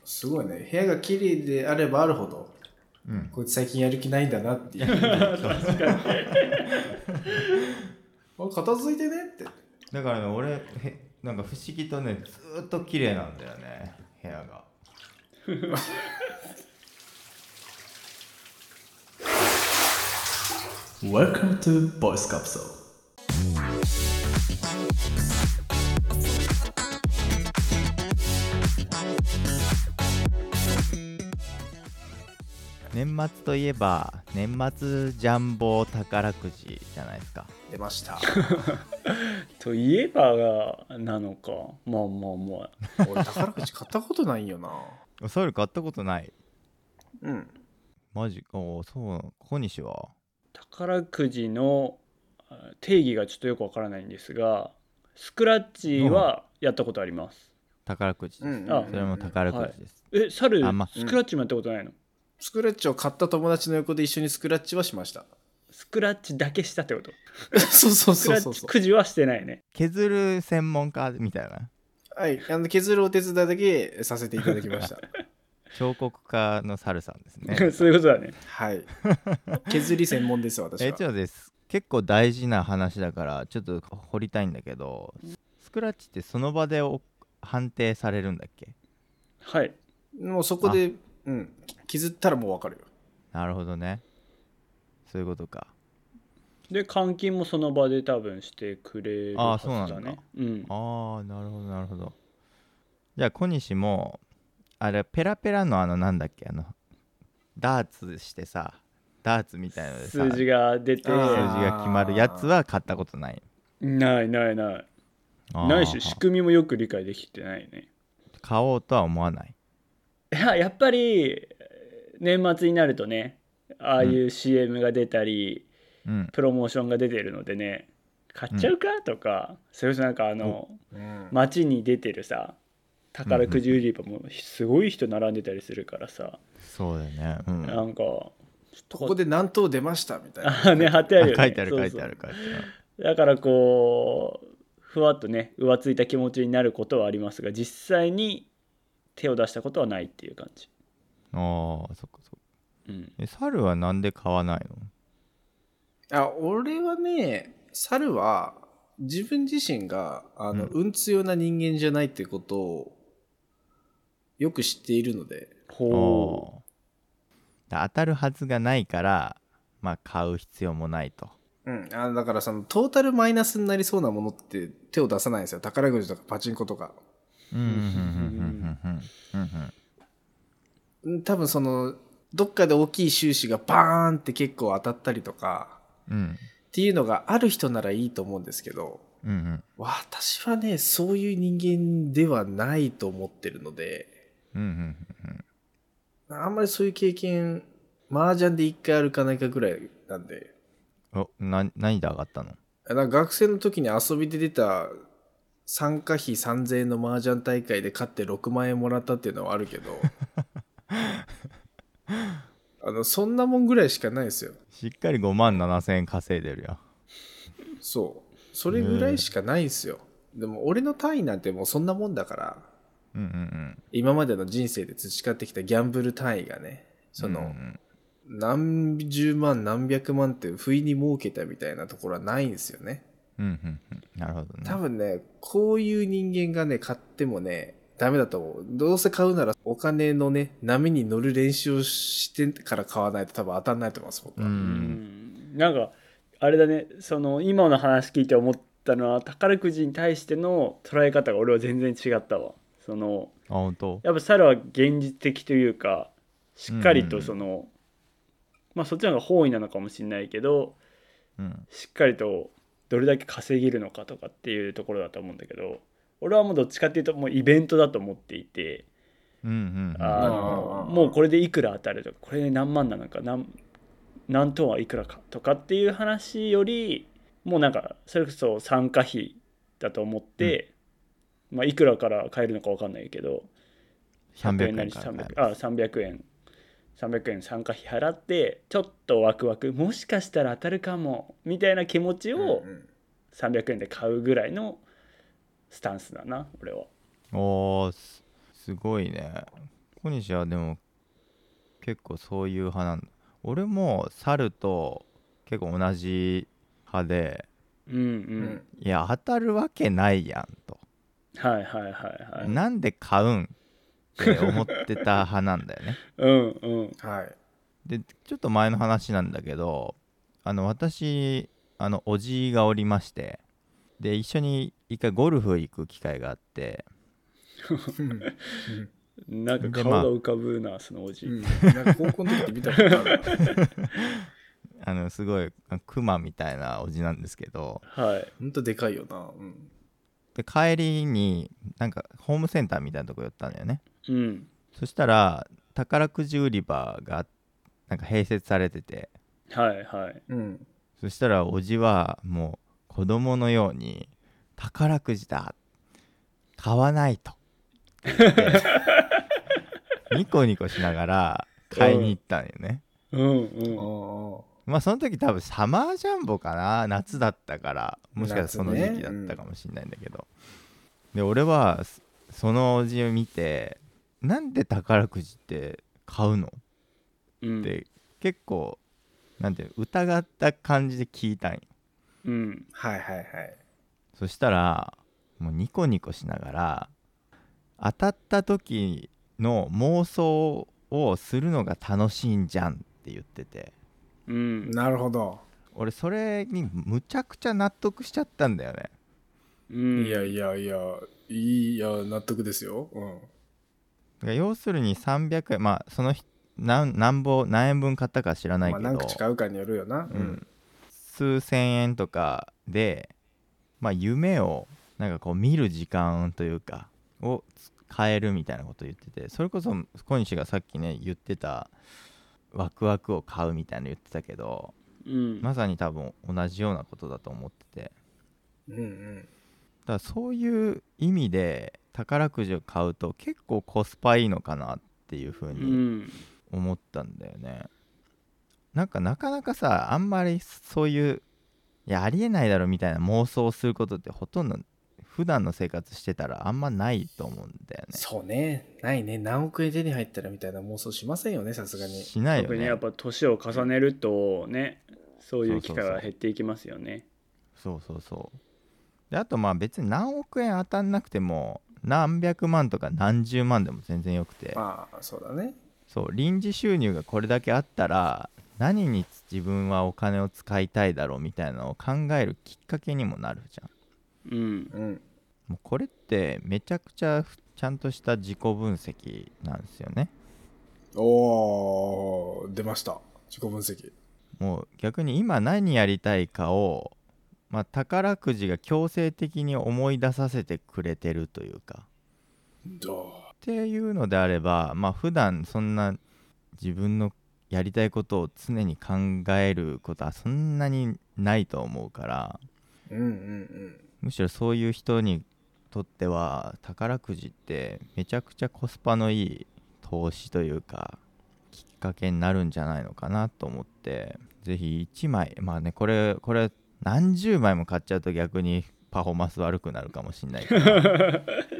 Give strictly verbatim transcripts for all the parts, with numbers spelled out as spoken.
すごいね。部屋が綺麗であればあるほど、うん、こいつ最近やる気ないんだなっていう。確かに。片付いてねって。 だからね、俺へなんか不思議とね、ずっと綺麗なんだよね、部屋が。 Welcome to Voice Capsule。 年末といえば年末ジャンボ宝くじじゃないですか。 出ましたといえばがなのか。まあまあまあ俺宝くじ買ったことないよな。 ソウル買ったことない。 うん。 マジか。おそう。小西は宝くじの定義がちょっとよくわからないんですが、スクラッチはやったことあります。 宝くじです、 うん、あそれも宝くじです、 はい、え、サル、 ま、 スクラッチもやったことないの？ スクラッチを買った友達の横で一緒にスクラッチはしました。 スクラッチだけしたってこと？ そうそうそうそうそう。 スクラッチくじはしてないね。 削る専門家みたいな。 はい、あの削るお手伝いだけさせていただきました。 彫刻家のサルさんですね。 そういうことだね。 はい。削り専門です私は。 えちょです。結構大事な話だからちょっと掘りたいんだけど、スクラッチってその場で判定されるんだっけ？ はい。 もうそこで、うん、削ったらもう分かるよ。 なるほどね。そういうことか。 で換金もその場で多分してくれるはずだね。 ああそうなんだ。 うん、 ああなるほどなるほど。じゃあ小西もあれペラペラのあのなんだっけあのダーツしてさ、ダーツみたいのでさ数字が出て数字が決まるやつは買ったことない？ ないないないないし、仕組みもよく理解できてないね。 買おうとは思わない？ いや、やっぱり年末になるとね、ああいう シーエム が出たり、うん、プロモーションが出てるのでね、買っちゃうか、うん、とか、それこそなんかあの、うん、街に出てるさ宝くじ売り場もすごい人並んでたりするからさ、 そうだよね、うん、 なんかここで何等出ましたみたいなあ、ね、貼ってあるよね。 書いてある書いてある書いてある。 だからこうふわっとね浮ついた気持ちになることはありますが、実際に手を出したことはないっていう感じ。 ああそっかそっか、うん、え猿はなんで買わないの？あ俺はね、猿は自分自身があの、うん、運強な人間じゃないってことをよく知っているので、 ほう当たるはずがないからまあ買う必要もないと。 うん、あだからそのトータルマイナスになりそうなものって手を出さないんですよ。宝くじとかパチンコとか。多分そのどっかで大きい収支がバーンって結構当たったりとか、うん、っていうのがある人ならいいと思うんですけど、うんうん、私はねそういう人間ではないと思ってるので、うんうんうん、あんまりそういう経験麻雀でいっかいあるかないかぐらいなんで。 おな何で上がったの？ なんか学生の時に遊びで出た参加費さんぜんえんの麻雀大会で勝ってろくまんえんもらったっていうのはあるけどあのそんなもんぐらいしかないですよ。 しっかりごまんななせんえん稼いでるやん。 そうそれぐらいしかないですよ、ね、でも俺の単位なんてもうそんなもんだから、うんうんうん、今までの人生で培ってきたギャンブル単位がね、その、うんうん何十万何百万って不意に儲けたみたいなところはないんですよね。 うんうんうん、なるほどね。 多分ねこういう人間がね買ってもねダメだと思う。どうせ買うならお金のね波に乗る練習をしてから買わないと多分当たんないと思います僕は。 うんなんかあれだね、その今の話聞いて思ったのは宝くじに対しての捉え方が俺は全然違ったわ。そのあ本当やっぱ猿は現実的というかしっかりとその、うんうんうんまあそっちの方が方位なのかもしれないけど、うん、しっかりとどれだけ稼げるのかとかっていうところだと思うんだけど、俺はもうどっちかっていうともうイベントだと思っていて、うんうんうん、あのもうこれでいくら当たるとかこれで何万なのか 何, 何トンはいくらかとかっていう話よりもうなんかそれこそ参加費だと思って、うんまあ、いくらから買えるのか分かんないけどひゃくえんなりさんびゃくえんあさんびゃくえんさんびゃくえん参加費払ってちょっとワクワクもしかしたら当たるかもみたいな気持ちをさんびゃくえんで買うぐらいのスタンスだな俺は。 おー す, すごいね。 小西はでも結構そういう派なんだ。俺も猿と結構同じ派で、 うんうん、 いや当たるわけないやんと、 はいはいはいはい、 なんで買うんって思ってた派なんだよねうんうんはいでちょっと前の話なんだけど、あの私あのおじがおりまして、で一緒に一回ゴルフ行く機会があってなんか顔が浮かぶな、まあ、そのおじ、 うん、なんか高校の時って見たことあるあのすごいクマみたいなおじなんですけど、 はい、 ほんとでかいよな、うん、 で帰りになんかホームセンターみたいなとこ寄ったんだよね、 うん、 そしたら宝くじ売り場がなんか併設されてて、 はいはい、 うん、 そしたらおじはもう子供のように宝くじだ買わないとって言ってニコニコしながら買いに行ったんよね、 うんうん、 まあその時多分サマージャンボかな、夏だったから、もしかしたらその時期だったかもしれないんだけど、ね、うん、で俺はそのおじを見て、なんで宝くじって買うの、うん、って結構なんて疑った感じで聞いたんよ、 うん、 はいはいはい。 そしたらもうニコニコしながら、当たった時の妄想をするのが楽しいんじゃんって言ってて、 うん、 なるほど。 俺それにむちゃくちゃ納得しちゃったんだよね、 うん、いやいやいやいや納得ですよ、 うん、要するにさんびゃくえん、まあその何何本何円分買ったか知らないけど、まあ、 何口買うかによるよな、うんうん、数千円とかで、まあ、夢をなんかこう見る時間というかを変えるみたいなことを言ってて、それこそ小西がさっきね言ってたワクワクを買うみたいなの言ってたけど、うん、まさに多分同じようなことだと思ってて、 うんうん、 だからそういう意味で宝くじを買うと結構コスパいいのかなっていう風に思ったんだよね、うん、なんかなかなかさ、あんまりそういういやありえないだろみたいな妄想をすることってほとんど普段の生活してたらあんまないと思うんだよね。 そうね、ないね。何億円手に入ったらみたいな妄想しませんよね、さすがに。 しないよね。 特にやっぱ年を重ねるとね、そういう機会は減っていきますよね。 そうそうそうで、あとまあ別に何億円当たんなくても何百万とか何十万でも全然よくて、 まあそうだね。 そう臨時収入がこれだけあったら何に自分はお金を使いたいだろうみたいなのを考えるきっかけにもなるじゃん。 うん、 もうこれってめちゃくちゃちゃんとした自己分析なんですよね。 おー、出ました、自己分析。 もう逆に今何やりたいかを、まあ、宝くじが強制的に思い出させてくれてるというか、っていうのであれば、まあ普段そんな自分のやりたいことを常に考えることはそんなにないと思うから、 うんうんうん、 むしろそういう人にとっては宝くじってめちゃくちゃコスパのいい投資というかきっかけになるんじゃないのかなと思って、ぜひいちまい、まあねこれこれ何十枚も買っちゃうと逆にパフォーマンス悪くなるかもしれないけどうん、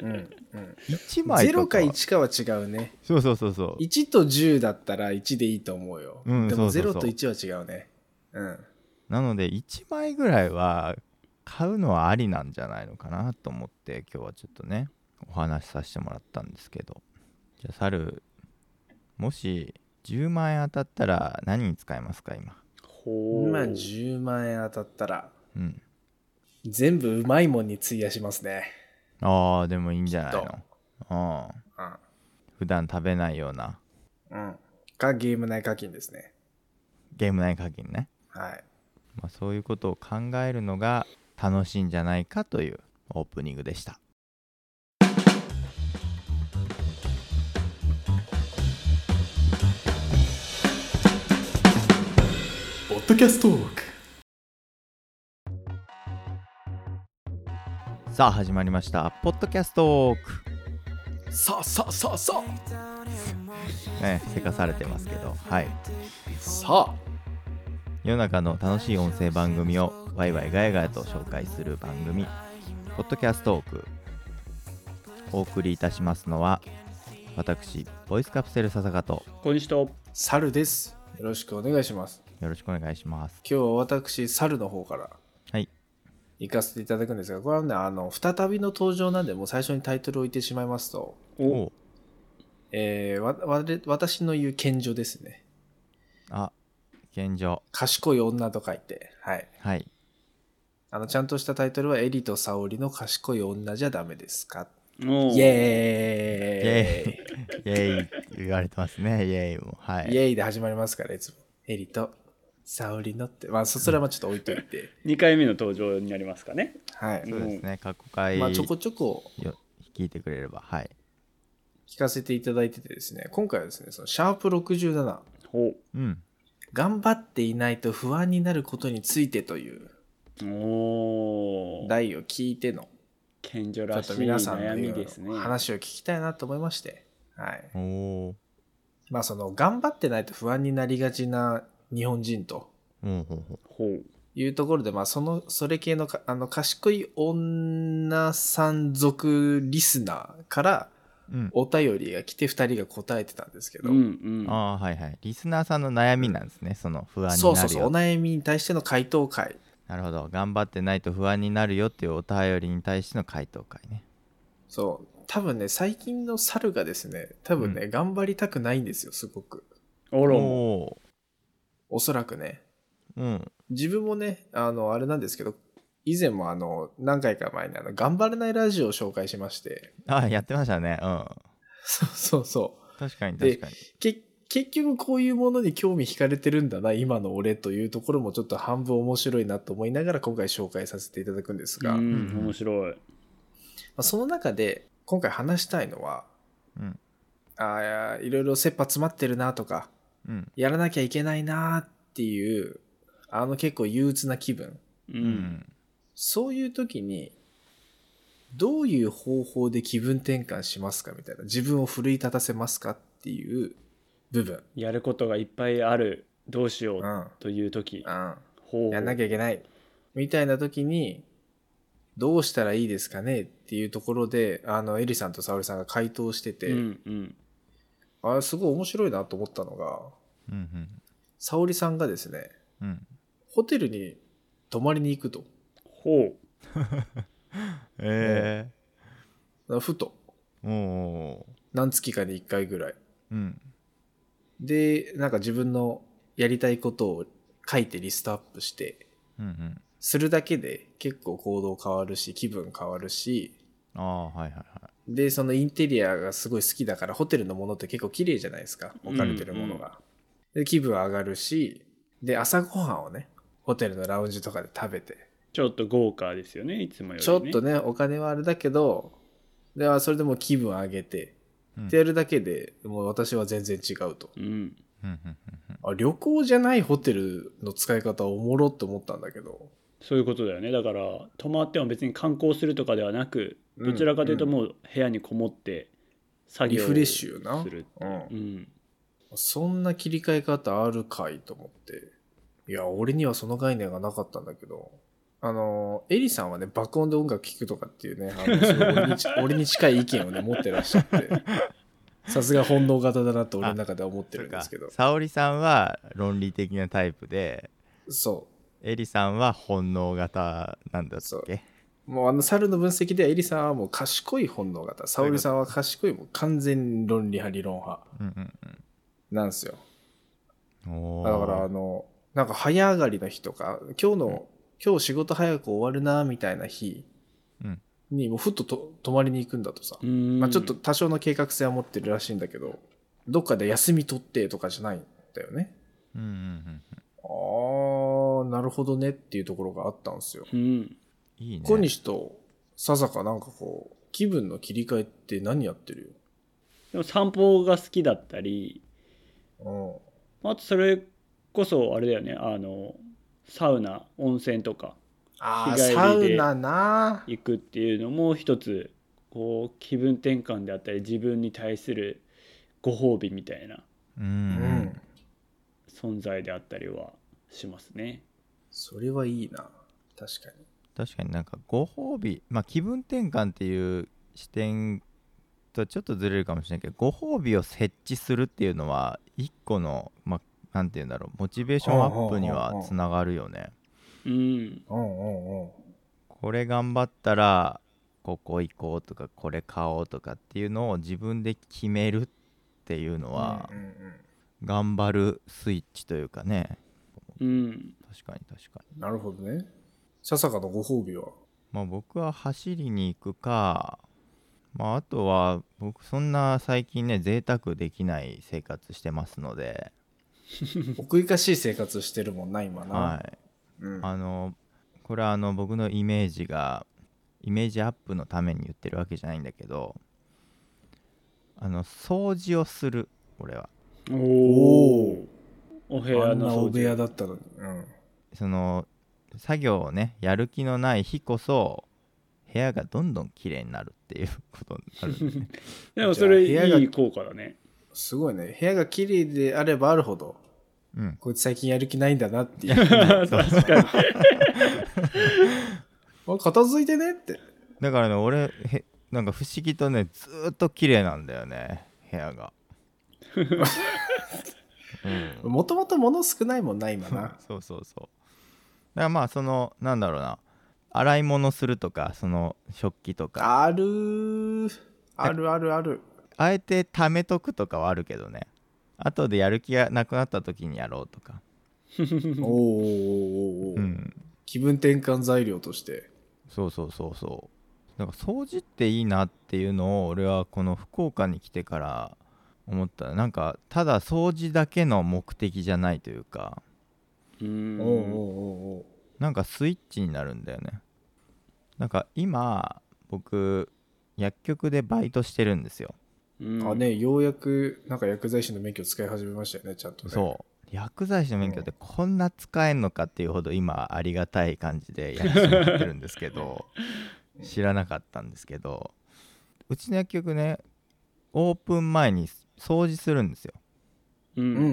うん、いちまいとかゼロかいちかは違うね。 そうそうそうそう、 いちとじゅうだったらいちでいいと思うよ、 うん、 でもそうそうそうゼロといちは違うね。うん、 なのでいちまいぐらいは買うのはありなんじゃないのかなと思って今日はちょっとねお話しさせてもらったんですけど、じゃあ猿、もしじゅうまんえん当たったら何に使いますか今。 ほ今じゅうまんえん当たったら、 うん、 全部うまいもんに費やしますね。 ああでもいいんじゃないの。ああ、うん、普段食べないような、 うん、かゲーム内課金ですね。 ゲーム内課金ね。 はい、 まあ、そういうことを考えるのが楽しいんじゃないかというオープニングでした。 ポッドキャストトーク。 さあ始まりましたポッドキャストトーク。 さあさあさあさあね、せかされてますけど、はい。 さあ世の中の楽しい音声番組をワイワイガヤガヤと紹介する番組ポッドキャストトーク。お送りいたしますのは私ボイスカプセル笹香と小西と猿です。よろしくお願いします。 よろしくお願いします。 今日は私猿の方からはい行かせていただくんですが、これはね、あの再びの登場なんで、もう最初にタイトルを言ってしまいますと、 おえー、わわ私の言う賢女ですね。 あ、賢女。 賢い女と書いて、はい。 はい。 あのちゃんとしたタイトルはエリと沙織の賢い女じゃダメですか。 おイエーイ。 イエーイ。イエーイって言われてますね。イエーイも。はい。 イエーイで始まりますから、いつも。エリと沙織のって。まあ、そちらもちょっと置いといて。 にかいめの登場になりますかね。 はい。 そうですね。過去回、 まあ、ちょこちょこ聞いてくれれば、はい。 聞かせていただいててですね、今回はですね、そのシャープろくじゅうなな。 ほう。 うん。 頑張っていないと不安になることについてというお題を聞いての賢者らしいちょっと皆さん悩みのですね。 話を聞きたいなと思いまして、はい。 おまあその頑張ってないと不安になりがちな日本人というところで、まあそのそれ系のかあの賢い女さん族リスナーからお便りが来てふたりが答えてたんですけど、 うんうん、 ああはいはい。リスナーさんの悩みなんですね。その不安になるよ。 そうそうそう、お悩みに対しての回答会。 なるほど。頑張ってないと不安になるよっていうお便りに対しての回答会ね。 そう多分ね、最近の猿がですね、多分ね、うん、頑張りたくないんですよ、すごく。 おろもおそらくね、 うん、 自分もね、あのあれなんですけど、以前もあの何回か前にあの頑張れないラジオを紹介しまして、 あ、やってましたね。うん。 そうそうそう。 確かに確かに。 け結局こういうものに興味惹かれてるんだな、今の俺というところもちょっと半分面白いなと思いながら今回紹介させていただくんですが、 うん、面白い。まあ、その中で今回話したいのは、うん、あいろいろ切羽詰まってるなとか、うん、やらなきゃいけないなっていうあの結構憂鬱な気分、 うん、 そういう時にどういう方法で気分転換しますかみたいな、自分を奮い立たせますかっていう部分。 やることがいっぱいある、どうしようという時、 うんうん、やんなきゃいけないみたいな時にどうしたらいいですかねっていうところで、あのエリさんと沙織さんが回答してて、 うんうん、 あれすごい面白いなと思ったのが、 うんうん、 沙織さんがですね、 うん、 ホテルに泊まりに行くと。 ほうえー、ふと何月かにいっかいぐらい、 うん、 でなんか自分のやりたいことを書いてリストアップして、 うんうん、 するだけで結構行動変わるし気分変わるし、 ああはいはいはい。 でそのインテリアがすごい好きだから、ホテルのものって結構綺麗じゃないですか、置かれてるものが、うんうん、で気分上がるし、で朝ごはんをねホテルのラウンジとかで食べて、 ちょっと豪華ですよね、いつもより、ね、 ちょっとねお金はあれだけど、ではそれでも気分上げて、うん、ってやるだけでもう私は全然違うと、 うんあ、旅行じゃないホテルの使い方おもろって思ったんだけど、 そういうことだよね。だから泊まっても別に観光するとかではなく、どちらかというともう部屋にこもって作業をするっていう、 リフレッシュよな、うんうん、そんな切り替え方あるかいと思って、いや俺にはその概念がなかったんだけど、あのエリさんはね爆音で音楽聴くとかっていうね、あのすごい俺に俺に近い意見をね持ってらっしゃって、さすが本能型だなと俺の中では思ってるんですけど、 沙織さんは論理的なタイプで、 そうエリさんは本能型なんだっけ。 もうあの猿の分析ではエリさんはもう賢い本能型、沙織さんは賢いもう完全論理派理論派なんですよ、うんうんうん、だからあのなんか早上がりの日とか、今日の、うん、今日仕事早く終わるなみたいな日にもうふっとと泊まりに行くんだとさ、まあ、ちょっと多少の計画性は持ってるらしいんだけど、どっかで休み取ってとかじゃないんだよね、 うんうんうん、 あーなるほどねっていうところがあったんですよ、 うん、 いいね。 小西と笹香なんかこう気分の切り替えって何やってるよ。 でも散歩が好きだったり、うん、あとそれこそあれだよね、あのサウナ温泉とか日帰りで行くっていうのも一つこう気分転換であったり、自分に対するご褒美みたいな存在であったりはしますね。 それはいいな。確かに確かになんかご褒美、まあ気分転換っていう視点とちょっとずれるかもしれないけど、ご褒美を設置するっていうのは一個の、まあ、なんていうんだろう、モチベーションアップにはつながるよね。 うん。 これ頑張ったらここ行こうとかこれ買おうとかっていうのを自分で決めるっていうのは、うんうんうん、頑張るスイッチというかね。 うん。 確かに確かに。 なるほどね。笹香のご褒美は、 まあ、僕は走りに行くか、まあ、あとは僕そんな最近ね贅沢できない生活してますので奥ゆかしい生活してるもんな今な。 はい、うん、あのこれはあの僕のイメージがイメージアップのために言ってるわけじゃないんだけど、あの掃除をする。俺はおおお部屋の掃除。あんなお部屋だったのに、うん、 その作業をねやる気のない日こそ部屋がどんどん綺麗になるっていうことになるんで、ね、 でもそれいい効果だね。 すごいね。部屋が綺麗であればあるほど、うん、こいつ最近やる気ないんだなっていう確かに片付いてねって。 だからね俺へなんか不思議とねずーっと綺麗なんだよね部屋がもともと物少ないもんな今なそうそうそう。だからまあそのなんだろうな、洗い物するとかその食器とかあるあるあるある、 あえて貯めとくとかはあるけどね、後でやる気がなくなった時にやろうとかおーおーおー、うん、気分転換材料として。 そうそうそうそう。だから掃除っていいなっていうのを俺はこの福岡に来てから思った。なんかただ掃除だけの目的じゃないというか、 うーん、おうおうおう、 なんかスイッチになるんだよね。なんか今僕薬局でバイトしてるんですよ。 うん、あね、ようやくなんか薬剤師の免許使い始めましたよね、ちゃんとね。 そう薬剤師の免許ってこんな使えんのかっていうほど今ありがたい感じでやらせてもらってるんですけど知らなかったんですけど、うちの薬局ねオープン前に掃除するんですよ。 うんうんうん、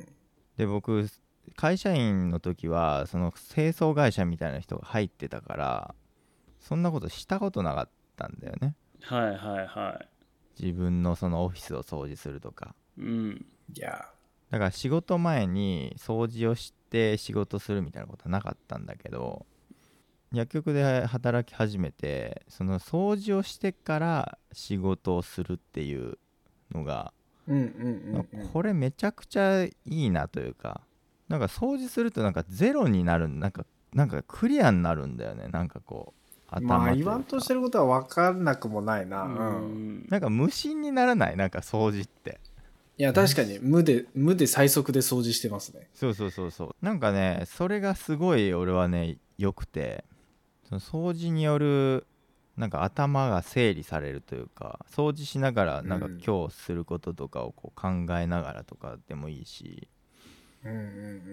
で僕会社員の時はその清掃会社みたいな人が入ってたからそんなことしたことなかったんだよね。 はいはいはい。 自分のそのオフィスを掃除するとか、 うん、 いやだから仕事前に掃除をして仕事するみたいなことはなかったんだけど、薬局で働き始めてその掃除をしてから仕事をするっていうのが、 うんうんうんうん、 これめちゃくちゃいいなというか、なんか掃除するとなんかゼロになる、なんかなんかクリアになるんだよね。なんかこうまあ言わんとしてることは分かんなくもないな、うんうん、なんか無心にならない、なんか掃除って。 いや確かに無で無で最速で掃除してますね。 そうそうそうそう、なんかねそれがすごい俺はね良くて、その掃除によるなんか頭が整理されるというか、掃除しながらなんか今日することとかをこう考えながらとかでもいいし、 うんうんうんうん、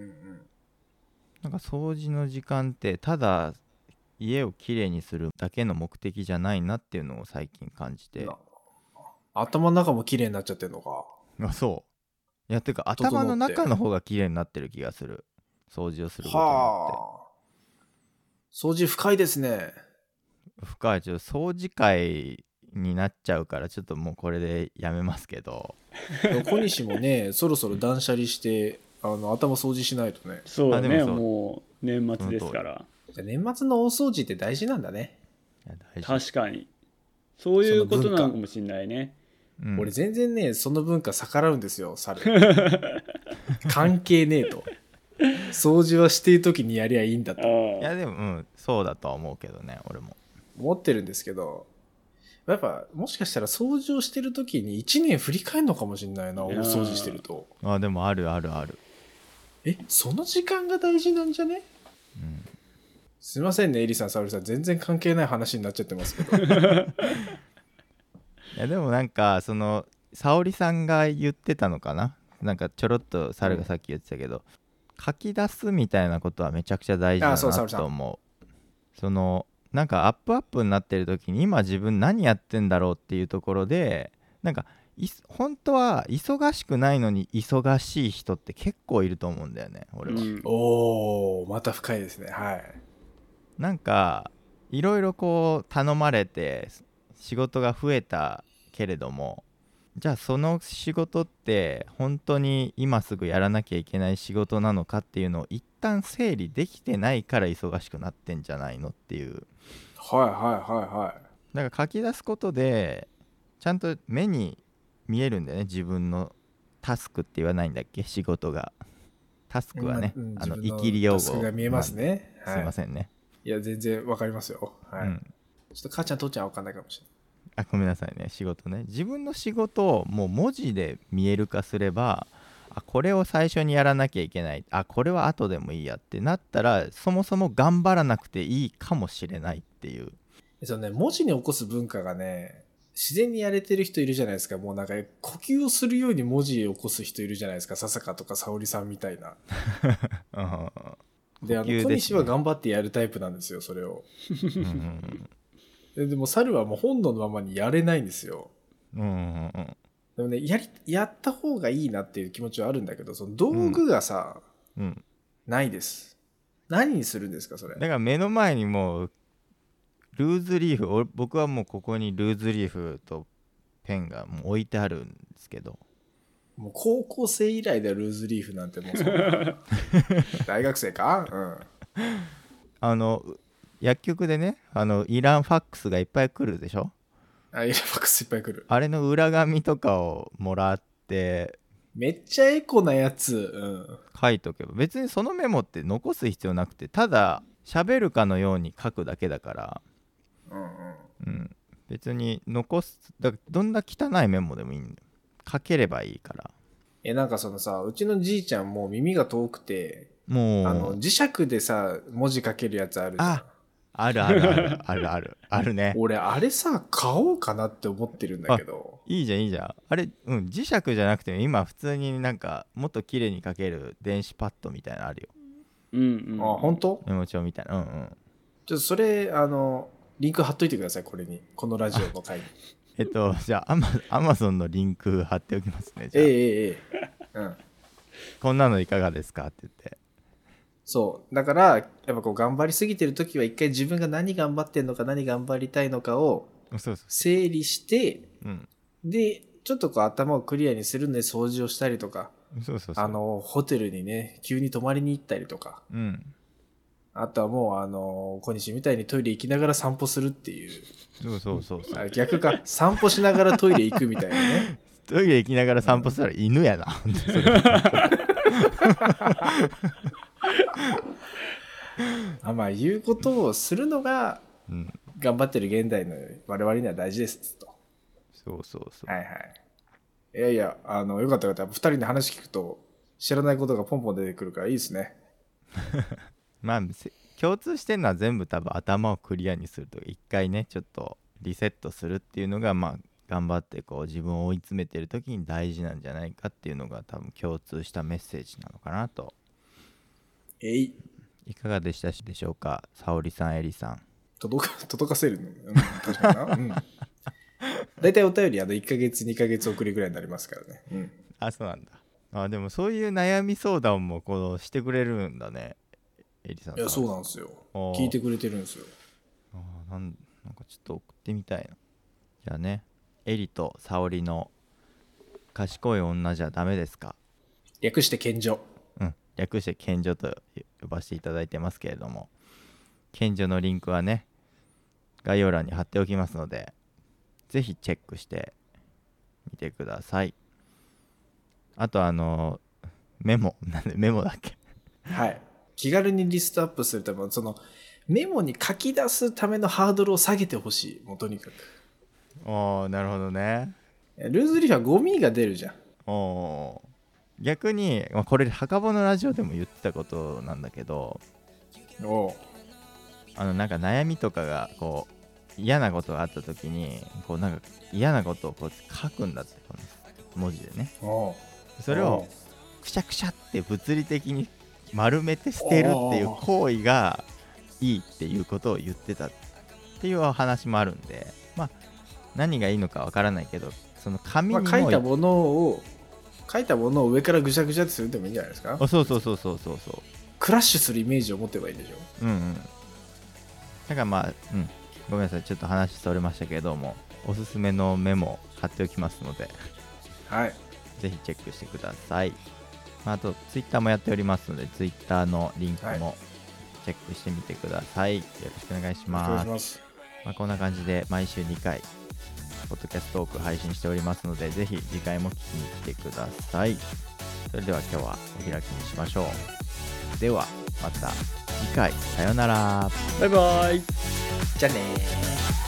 なんか掃除の時間ってただ家をきれいにするだけの目的じゃないなっていうのを最近感じて。 頭の中もきれいになっちゃってるのか。 あ、そういやてか頭の中の方がきれいになってる気がする、掃除をすることによって。はあ、 掃除深いですね。 深い。ちょっと掃除会になっちゃうからちょっともうこれでやめますけど小西もねそろそろ断捨離してあの頭掃除しないとね。 そうだね、もう年末ですから。 年末の大掃除って大事なんだね。 いや大事。 確かにそういうことなのかもしれないね。 うん、俺全然ねその文化逆らうんですよ、猿関係ねえと。掃除はしている時にやりゃいいんだと。 いやでも、うん、そうだとは思うけどね、俺も思ってるんですけど、やっぱもしかしたら掃除をしてる時にいちねん振り返るのかもしれないな、大掃除してると。 あ、でもあるあるある。 え、その時間が大事なんじゃね？うん、すいませんね、エリさん、沙織さん、全然関係ない話になっちゃってますけどいやでもなんかその沙織さんが言ってたのかな、なんかちょろっと猿がさっき言ってたけど、うん、書き出すみたいなことはめちゃくちゃ大事だなと思う。そのなんかアップアップになってる時に今自分何やってんだろうっていうところで、なんかい本当は忙しくないのに忙しい人って結構いると思うんだよね、俺は、うん、 おー、また深いですね。はい。 なんかいろいろこう頼まれて仕事が増えたけれども、じゃあその仕事って本当に今すぐやらなきゃいけない仕事なのかっていうのを一旦整理できてないから忙しくなってんじゃないのっていう。 はいはいはいはい。 だから書き出すことでちゃんと目に見えるんだよね、自分のタスクって言わないんだっけ、仕事が。タスクはね、 うん、 あのイキリ用語。タスクが見えますね、 まあ、すいませんね。 いや全然わかりますよ、はい、うん、ちょっと母ちゃん父ちゃんはわかんないかもしれない。 あ、ごめんなさいね。仕事ね、自分の仕事をもう文字で見える化すれば、あ、これを最初にやらなきゃいけない、あ、これは後でもいいやってなったら、そもそも頑張らなくていいかもしれないっていう。 そうね、文字に起こす文化がね、自然にやれてる人いるじゃないですか。もうなんか呼吸をするように文字を起こす人いるじゃないですか。笹香とか沙織さんみたいな。で、あの小西は頑張ってやるタイプなんですよ、それを。うんで, でも猿はもう本能のままにやれないんですよ。うんうんうん、でもね、やりやった方がいいなっていう気持ちはあるんだけど、その道具がさ、うんうん、ないです。何にするんですかそれ。 だから目の前にもうルーズリーフ、僕はもうここにルーズリーフとペンがもう置いてあるんですけど、 もう高校生以来だよルーズリーフなんて。もうそんな大学生か、うん、 あの薬局でね、あのイランファックスがいっぱい来るでしょ。 あ、イランファックスいっぱい来る。 あれの裏紙とかをもらってめっちゃエコなやつ、うん、 書いとけば別にそのメモって残す必要なくて、ただ喋るかのように書くだけだから、うんうんうん、別に残す、だからどんな汚いメモでもいいんだよ、書ければいいから。 え、なんかそのさ、うちのじいちゃんもう耳が遠くて、もうあの磁石でさ文字書けるやつあるじゃん。 あ、あるあるあるあるあるあるね。 俺あれさ買おうかなって思ってるんだけど。 いいじゃんいいじゃん。あれ、うん、磁石じゃなくても今普通になんかもっと綺麗に書ける電子パッドみたいなのあるよ。 うんうん。あ、本当？ メモ帳みたいな。うんうん。 ちょっとそれあのリンク貼っといてください、これに、このラジオの回に。 えっとじゃあアマゾンのリンク貼っておきますね。じゃあええええうん。 こんなのいかがですかって言って。 そうだからやっぱこう頑張りすぎてる時は一回自分が何頑張ってんのか何頑張りたいのかを整理して、うん、でちょっとこう頭をクリアにするので掃除をしたりとか、そうそうそう、あのホテルにね急に泊まりに行ったりとか、うん、あとはもうあの小西みたいにトイレ行きながら散歩するっていう。 そうそうそうそう。 逆か、散歩しながらトイレ行くみたいなね。 トイレ行きながら散歩したら犬やな。 あ、まあいうことをするのが、うん、頑張ってる現代の我々には大事ですと。 そうそうそう。 はいはい。いやいや、あのよかったよかった。ふたりの話聞くと知らないことがポンポン出てくるからいいですね。 まあ共通してるのは全部多分頭をクリアにすると、一回ねちょっとリセットするっていうのが、まあ頑張ってこう自分を追い詰めてる時に大事なんじゃないかっていうのが多分共通したメッセージなのかなと。 えい、 いかがでしたでしょうか、沙織さん、エリさん。 届か届かせるの、うん、確かにな、うん、だいたいお便りあのいっかげつにかげつ遅れぐらいになりますからね、うん、 あ、そうなんだ。あ、でもそういう悩み相談もこうしてくれるんだね、エリさん。 いや、そうなんですよ。聞いてくれてるんですよ。 あ、なんなんかちょっと送ってみたいな。じゃあね、エリと沙織の賢い女じゃダメですか、 略して賢女。 うん、略して賢女と呼ばせていただいてますけれども、賢女のリンクはね概要欄に貼っておきますので、ぜひチェックしてみてください。あとあのメモ、なんでメモだっけはい、気軽にリストアップするためのそのメモに書き出すためのハードルを下げてほしい。もうとにかく。 おー、なるほどね。 ルーズリーフはゴミが出るじゃん。 おー、逆にこれ墓場のラジオでも言ってたことなんだけど、おあのなんか悩みとかがこう嫌なことがあった時にこうなんか嫌なことをこう書くんだって、この文字でね。おそれをくしゃくしゃって物理的に丸めて捨てるっていう行為がいいっていうことを言ってたっていう話もあるんで、まあ何がいいのかわからないけど、その紙にも、 まあ、書いたものを書いたものを上からぐしゃぐしゃってするでもいいんじゃないですか。 あ、そうそうそうそうそうそう。 クラッシュするイメージを持てばいいんでしょ。うんうん。 だからまあ、うん、ごめんなさい、ちょっと話それましたけども、 おすすめのメモ貼っておきますので、 はい、 ぜひチェックしてください。あとツイッターもやっておりますので、ツイッターのリンクもチェックしてみてください。よろしくお願いします。ますまあ、こんな感じで毎週にかいポッドキャストトーク配信しておりますので、ぜひ次回も聞きに来てください。それでは今日はお開きにしましょう。ではまた次回、さよなら。 バイバイ。 じゃあねー。